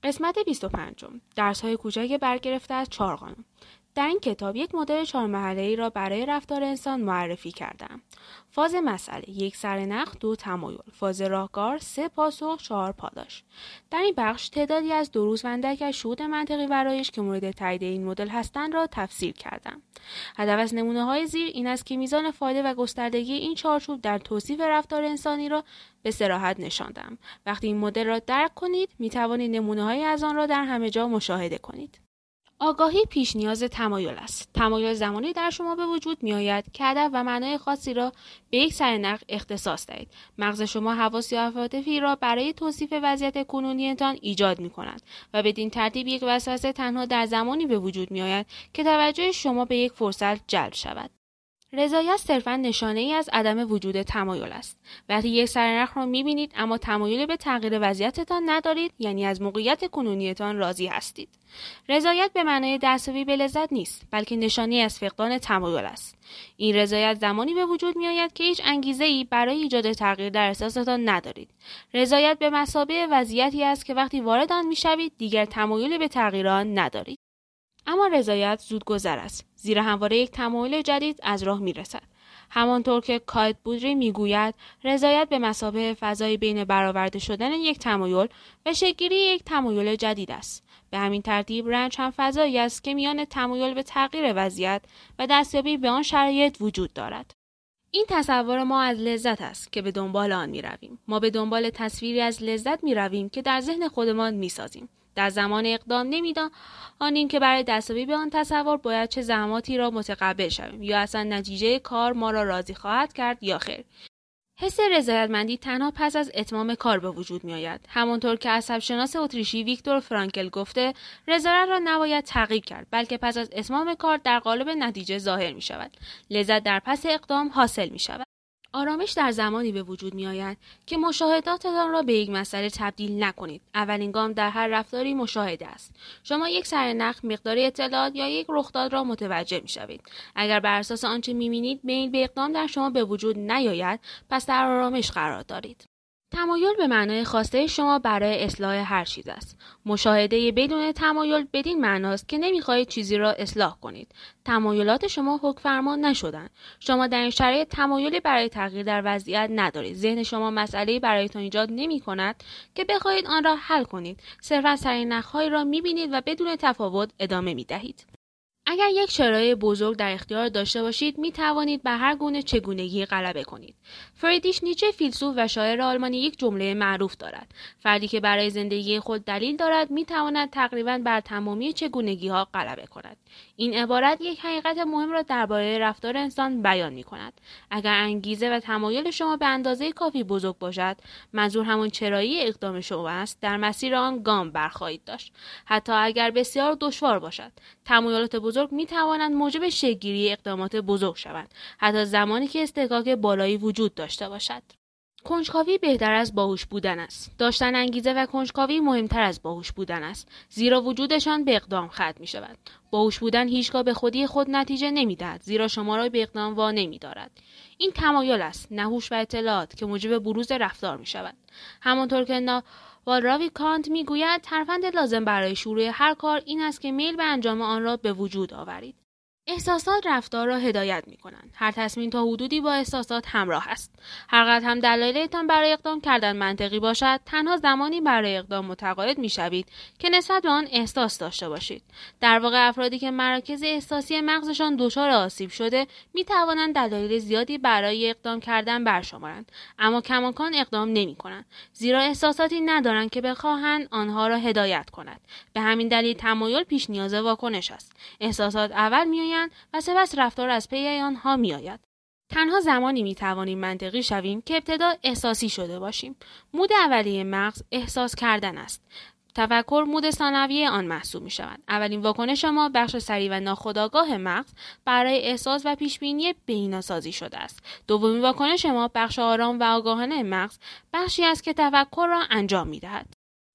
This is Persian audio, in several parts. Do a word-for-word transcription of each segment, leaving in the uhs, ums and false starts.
قسمت بیست و پنج. درس‌های کوچک برگرفته از چهار قانون. در این کتاب یک مدل چهار مرحله‌ای را برای رفتار انسان معرفی کردم. فاز مسئله، یک سرنخ، دو تمایل. فاز راهکار، سه پاسخ، چهار پاداش. در این بخش تعدادی از دروس و اندک از شهود منطقی و آرایش که مورد تایید این مدل هستند را تفسیر کردم. هدف از نمونه‌های زیر این است که میزان فایده و گستردگی این چارچوب در توصیف رفتار انسانی را به صراحت نشاندم. وقتی این مدل را درک کنید، می توانید نمونه‌هایی از آن را در همه جا مشاهده کنید. آگاهی پیش نیاز تمایل است. تمایل زمانی در شما به وجود می آید که هدف و معنای خاصی را به یک سرنخ اختصاص دهید. مغز شما حواس یا عواطفی را برای توصیف وضعیت کنونیتان ایجاد می کند و بدین ترتیب یک وسوسه تنها در زمانی به وجود می آید که توجه شما به یک فرصت جلب شود. رضایت صرفاً نشانه ای از عدم وجود تمایل است. وقتی یک سرنخ را می‌بینید اما تمایل به تغییر وضعیتتان ندارید، یعنی از موقعیت کنونیتان راضی هستید. رضایت به معنای دستیابی به لذت نیست، بلکه نشانه از فقدان تمایل است. این رضایت زمانی به وجود می‌آید که هیچ انگیزه‌ای برای ایجاد تغییر در احساساتان ندارید. رضایت به مثابه وضعیتی است که وقتی وارد آن می‌شوید دیگر تمایل به تغییر آن ندارید. اما رضایت زودگذر است، زیرا همواره یک تمایل جدید از راه میرسد. همانطور که کایت بودری میگوید، رضایت به مثابه فضای بین برآورده شدن یک تمایل و شکل‌گیری یک تمایل جدید است. به همین ترتیب رنج هم فضایی است که میان تمایل به تغییر وضعیت و دستیابی به آن شرایط وجود دارد. این تصور ما از لذت است که به دنبال آن میرویم. ما به دنبال تصویری از لذت میرویم که در ذهن خودمان میسازیم. در زمان اقدام نمی‌دانیم که برای دستیابی به آن تصور باید چه زحماتی را متقبل شویم یا اصلا نتیجه کار ما را راضی خواهد کرد یا خیر. حس رضایتمندی تنها پس از اتمام کار به وجود می آید. همانطور که عصب‌شناس اتریشی ویکتور فرانکل گفته، رضایت را نباید تعقیب کرد، بلکه پس از اتمام کار در قالب نتیجه ظاهر می شود. لذت در پس اقدام حاصل می شود. آرامش در زمانی به وجود می آید که مشاهداتتان را به یک مسئله تبدیل نکنید. اولین گام در هر رفتاری مشاهده است. شما یک سرنخ، مقدار اطلاعات یا یک رخداد را متوجه می شوید. اگر بر اساس آنچه می بینید میل به اقدام در شما به وجود نیاید، پس در آرامش قرار دارید. تمایل به معنای خواسته شما برای اصلاح هر چیز است. مشاهده بدون تمایل بدین معناست که نمیخواهید چیزی را اصلاح کنید. تمایلات شما حکمفرما نشدن. شما در این شرایط تمایلی برای تغییر در وضعیت ندارید. ذهن شما مسئله‌ای برایتان ایجاد نمی‌کند که بخواهید آن را حل کنید. صرفاً سرنخ‌هایی را می‌بینید و بدون تفاوت ادامه می‌دهید. اگر یک چرای بزرگ در اختیار داشته باشید، می توانید بر هر گونه چگونگی غلبه کنید. فریدریش نیچه فیلسوف و شاعر آلمانی یک جمله معروف دارد: فردی که برای زندگی خود دلیل دارد، می تواند تقریباً بر تمامی چگونگی‌ها غلبه کند. این عبارت یک حقیقت مهم را درباره رفتار انسان بیان می کند. اگر انگیزه و تمایل شما به اندازه کافی بزرگ باشد، منظور همان چرایی اقدام شما است، در مسیر آن گام برخواهید داشت، حتی اگر بسیار دشوار باشد. تمایلات بزرگ می توانند موجب شکل‌گیری اقدامات بزرگ شوند، حتی زمانی که استحقاق بالایی وجود داشته باشد. کنجکاوی بهتر از باهوش بودن است. داشتن انگیزه و کنجکاوی مهمتر از باهوش بودن است، زیرا وجودشان به اقدام ختم می شود. باهوش بودن هیچگاه به خودی خود نتیجه نمی دهد، زیرا شما را به اقدام وا نمی دارد. این تمایل است، نه هوش و اطلاعات، که موجب بروز رفتار می شود. همانطور که نا والراوی کانت می گوید، ترفند لازم برای شروع هر کار این است که میل به انجام آن را به وجود آورید. احساسات رفتار را هدایت می کنند. هر تصمیم تا حدودی با احساسات همراه است. هر قدر هم دلایلتان برای اقدام کردن منطقی باشد، تنها زمانی برای اقدام متقاعد می شوید که نسبت به آن احساس داشته باشید. در واقع افرادی که مراکز احساسی مغزشان دچار آسیب شده می توانند دلایل زیادی برای اقدام کردن برشمارند، اما کماکان اقدام نمی کنند، زیرا احساساتی ندارند که بخواهند آنها را هدایت کند. به همین دلیل تمایل پیش نیاز واکنش است. احساسات اول می و سپس رفتار از پی آنها می آید. تنها زمانی می توانیم منطقی شویم که ابتدا احساسی شده باشیم. مود اولیه مغز احساس کردن است. تفکر مود ثانویه آن محسوب می شود. اولین واکنش ما بخش سریع و ناخودآگاه مغز برای احساس و پیشبینی بهینه‌سازی شده است. دومین واکنش ما بخش آرام و آگاهانه مغز بخشی است که تفکر را انجام می دهد.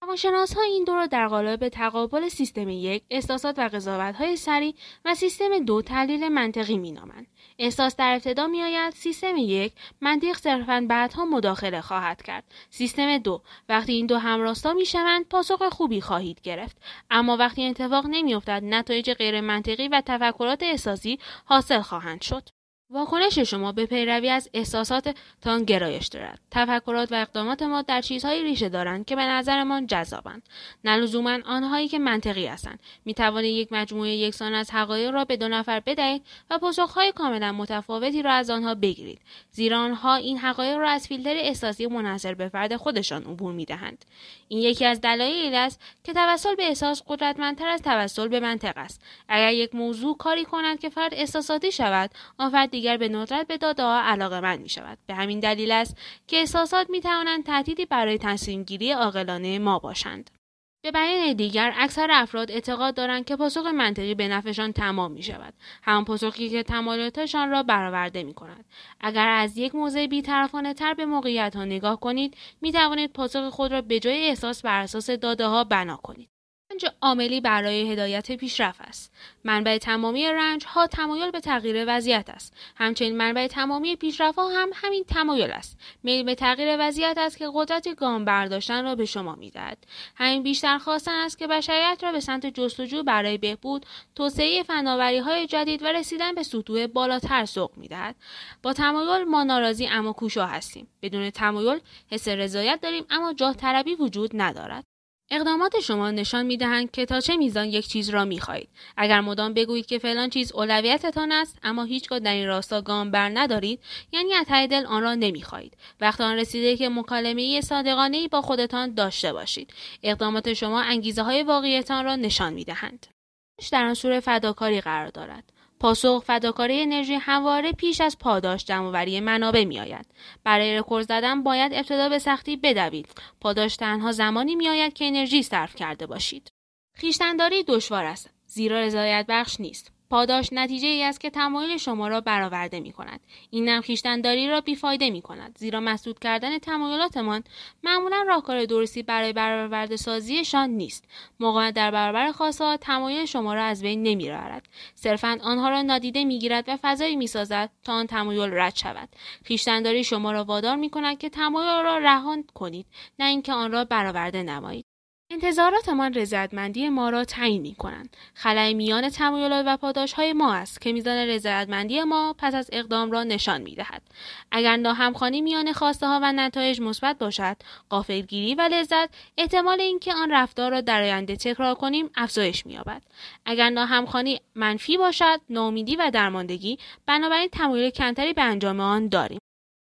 روانشناس‌ها این دو را در قالب تقابل سیستم یک، احساسات و قضاوت‌های سریع و سیستم دو، تحلیل منطقی می‌نامند. احساس در ابتدا می‌آید، سیستم یک منطق صرفاً بعدها مداخله خواهد کرد. سیستم دو، وقتی این دو همراستا می‌شوند، پاسخ خوبی خواهید گرفت. اما وقتی اتفاق نمی‌افتد، نتایج غیر منطقی و تفکرات احساسی حاصل خواهند شد. واکنش شما به پیروی از احساساتتان گرایش دارد. تفکرات و اقدامات ما در چیزهایی ریشه دارند که به نظرمان جذابند، نه لزوما آنهایی که منطقی هستند. می توانید یک مجموعه یکسان از حقایق را به دو نفر بدهید و پاسخهای کاملا متفاوتی را از آنها بگیرید، زیرا آنها این حقایق را از فیلتر احساسی منحصر به فرد خودشان عبور می دهند. این یکی از دلایل است که توسل به احساس قدرتمندتر از توسل به منطق است. اگر یک موضوع کاری کند که فرد احساساتی شود، آن فرد دیگر به ندرت به داده‌ها علاقه‌مند می‌شود. به همین دلیل است که احساسات می‌توانند تهدیدی برای تصمیم‌گیری عاقلانه ما باشند. به بیان دیگر، اکثر افراد اعتقاد دارند که پاسخ منطقی به نفعشان تمام می‌شود، همان پاسخی که تمایلاتشان را برآورده می‌کند. اگر از یک موضع بی‌طرفانه‌تر به موقعیت‌ها نگاه کنید، می‌توانید پاسخ خود را به جای احساس بر اساس داده‌ها بنا کنید. رنج عاملی برای هدایت پیشرفت است. منبع تمامی رنج ها تمایل به تغییر وضعیت است. همچنین منبع تمامی پیشرفت ها هم همین تمایل است. میل به تغییر وضعیت است که قدرت گام برداشتن را به شما میدهد. همین بیشتر خواستن است که بشریت را به سمت جستجو برای بهبود، توسعه فناوری های جدید و رسیدن به سطوح بالاتر سوق میدهد. با تمایل ما ناراضی اما کوشا هستیم. بدون تمایل حس رضایت داریم اما جاه طلبی وجود ندارد. اقدامات شما نشان می‌دهند که تا چه میزان یک چیز را می‌خواهید. اگر مدام بگویید که فلان چیز اولویتتان است اما هیچگاه در این راستا گام بر ندارید، یعنی از ته دل آن را نمی‌خواهید. وقت آن رسیده که مکالمه‌ای صادقانه‌ای با خودتان داشته باشید. اقدامات شما انگیزه‌های واقعیتان را نشان می‌دهند. در آن صورت فداکاری قرار دارد. پاسخ فداکاری انرژی همواره پیش از پاداش جمع‌آوری منابع می‌آید. برای رکورد زدن باید ابتدا به سختی بدوید. پاداش تنها زمانی می‌آید که انرژی صرف کرده باشید. خویشتن‌داری دشوار است، زیرا رضایت بخش نیست. پاداش نتیجه ای است که تمایل شما را برآورده می کند. این هم خویشتن‌داری را بیفایده می کند، زیرا مسدود کردن تمایلاتمان معمولا راهکار درستی برای برآورده سازیشان نیست. مقاومت در برابر خواسته‌ها تمایل شما را از بین نمی‌برد، صرفاً آنها را نادیده می‌گیرد و فضایی می‌سازد تا آن تمایل رد شود. خویشتن‌داری شما را وادار می‌کند که تمایل را رها کنید، نه اینکه آن را برآورده نمایید. انتظاراتمان رضایتمندی ما را تعیین می‌کنند. خلأ میان تمایلات و پاداش‌های ما است که میزان رضایتمندی ما پس از اقدام را نشان می‌دهد. اگر ناهمخوانی میان خواسته‌ها و نتایج مثبت باشد، غافلگیری و لذت، احتمال اینکه آن رفتار را در آینده تکرار کنیم افزایش می‌یابد. اگر ناهمخوانی منفی باشد، ناامیدی و درماندگی، بنابراین تمایل کمتری به انجام آن داریم.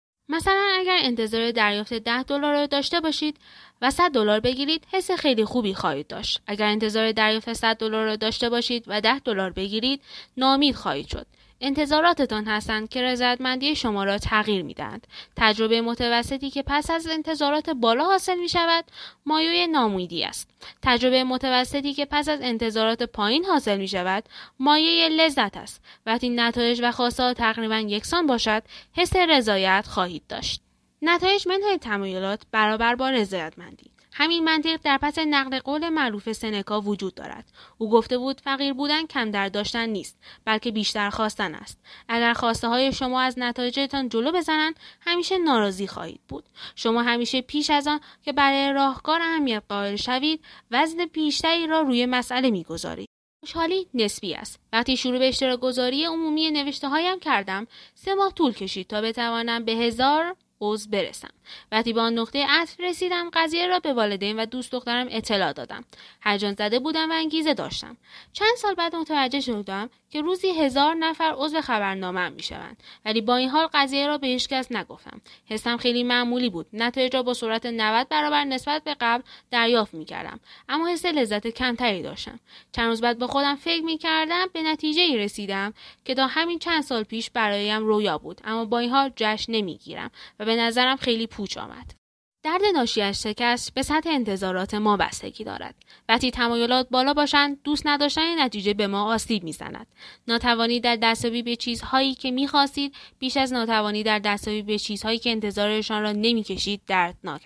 مثلا اگر انتظار دریافت ده دلار را داشته باشید و صد دلار بگیرید، حس خیلی خوبی خواهید داشت. اگر انتظار دریافت صد دلار را داشته باشید و ده دلار بگیرید، ناامید خواهید شد. انتظاراتتان هستند که رضایتمندی شما را تغییر می‌دهند. تجربه متوسطی که پس از انتظارات بالا حاصل می‌شود، مایه ناامیدی است. تجربه متوسطی که پس از انتظارات پایین حاصل می‌شود، مایه لذت است. وقتی نتایج و خواسته‌ها تقریباً یکسان باشد، حس رضایت خواهید داشت. نتایج منهای تمایلات برابر با رضایتمندی. همین منطق در پس نقل قول معروف سنکا وجود دارد. او گفته بود فقیر بودن کم در داشتن نیست، بلکه بیشتر خواستن است. اگر خواسته های شما از نتایجتان جلو بزنند، همیشه ناراضی خواهید بود. شما همیشه پیش از آن که برای راهکار اهمیت قائل شوید، وزن بیشتری را روی مسئله می‌گذارید. خوشحالی نسبی است. وقتی شروع به اشتراک گذاری عمومی نوشته هایم کردم، سه ماه طول کشید تا بتوانم به هزار عضو برسم. وقتی به آن نقطه عطف رسیدم، قضیه را به والدین و دوست دخترم اطلاع دادم. هیجان زده بودم و انگیزه داشتم. چند سال بعد متوجه شدم که روزی هزار نفر عضو خبرنامه‌ام میشوند، ولی با این حال قضیه را به هیچ کس نگفتم. حسم خیلی معمولی بود. نتایج را با سرعت نود برابر نسبت به قبل دریافت میکردم، اما حس لذت کمتری داشتم. چند روز بعد با خودم فکر میکردم، به نتیجه‌ای رسیدم که تا همین چند سال پیش برایم رویا بود، اما با این حال جشن نمیگیرم و به نظرم خیلی پوچ آمد. درد ناشی از شکست به سطح انتظارات ما بستگی دارد. وقتی تمایلات بالا باشند، دوست نداشتن نتیجه به ما آسیب میزند. ناتوانی در دستیابی به چیزهایی که میخواستید بیش از ناتوانی در دستیابی به چیزهایی که انتظارشان را نمیکشید دردناک است.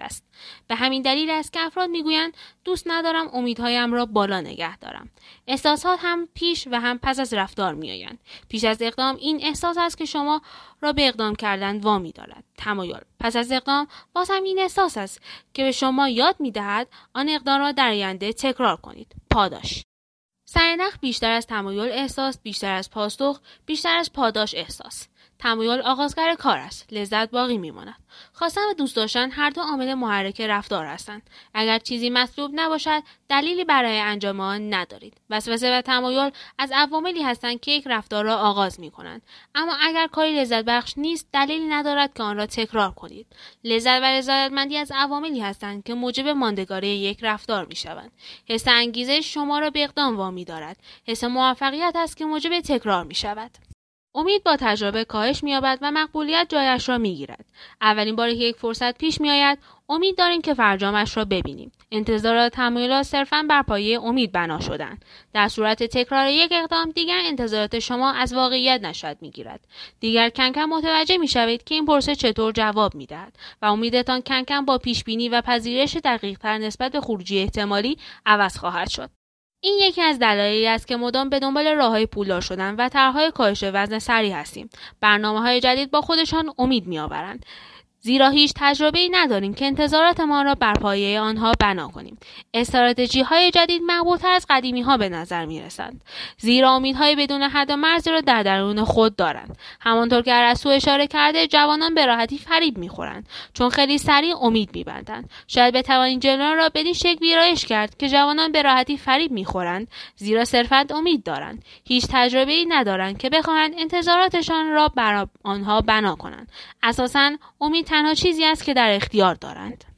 به همین دلیل است که افراد میگویند دوست ندارم امیدهایم را بالا نگه دارم. احساسات هم پیش و هم پس از رفتار میآیند. پیش از اقدام این احساس است که شما را به اقدام کردن وامی دارد. تمایل پس از اقدام باز هم این احساس است که به شما یاد میدهد آن اقدام را در آینده تکرار کنید. پاداش سرنخ بیشتر از تمایل احساس، بیشتر از پاسخ، بیشتر از پاداش احساس. تمایل آغازگر کار است، لذت باقی میماند. خواستن و دوست داشتن هر دو عامل محرک رفتار هستند. اگر چیزی مطلوب نباشد، دلیلی برای انجام آن ندارید. وسوسه و تمایل از عواملی هستند که یک رفتار را آغاز میکنند. اما اگر کاری لذت بخش نیست، دلیلی ندارد که آن را تکرار کنید. لذت و رضایتمندی از عواملی هستند که موجب ماندگاری یک رفتار میشوند. حس انگیزش شما را به اقدام وامی دارد. حس موفقیت است که موجب تکرار میشود. امید با تجربه کاهش می‌یابد و مقبولیت جایش را می‌گیرد. اولین باری که یک فرصت پیش می‌آید، امید داریم که فرجامش را ببینیم. انتظارات تمایلات صرفاً بر پایه امید بنا شدند. در صورت تکرار یک اقدام دیگر انتظارات شما از واقعیت نشأت می‌گیرد. دیگر کم کم متوجه می‌شوید که این پرسش چطور جواب می‌دهد و امیدتان کم کم با پیشبینی و پذیرش دقیق‌تر نسبت به خروجی احتمالی عوض خواهد شد. این یکی از دلایلی است که مدام به دنبال راه‌های پولدار شدن و طرح‌های کاهش وزن سریع هستیم. برنامه‌های جدید با خودشان امید می‌آورند. زیرا هیچ تجربه‌ای نداریم که انتظاراتمان را بر پایه آنها بنا کنیم. استراتژی‌های جدید مقبول‌تر از قدیمی‌ها به نظر می‌رسند. زیرا امیدهای بدون حد و مرزی را در درون خود دارند. همانطور که ارسطو اشاره کرده، جوانان به راحتی فریب می‌خورند، چون خیلی سریع امید می‌بندند. شاید بتوانید جلوه را بدین شکل ویرایش کرد که جوانان به راحتی فریب می‌خورند، زیرا صرفاً امید دارند. هیچ تجربه‌ای ندارند که بخواهند انتظاراتشان را بر آنها بنا کنند. اساساً امید تنها چیزی است که در اختیار دارند.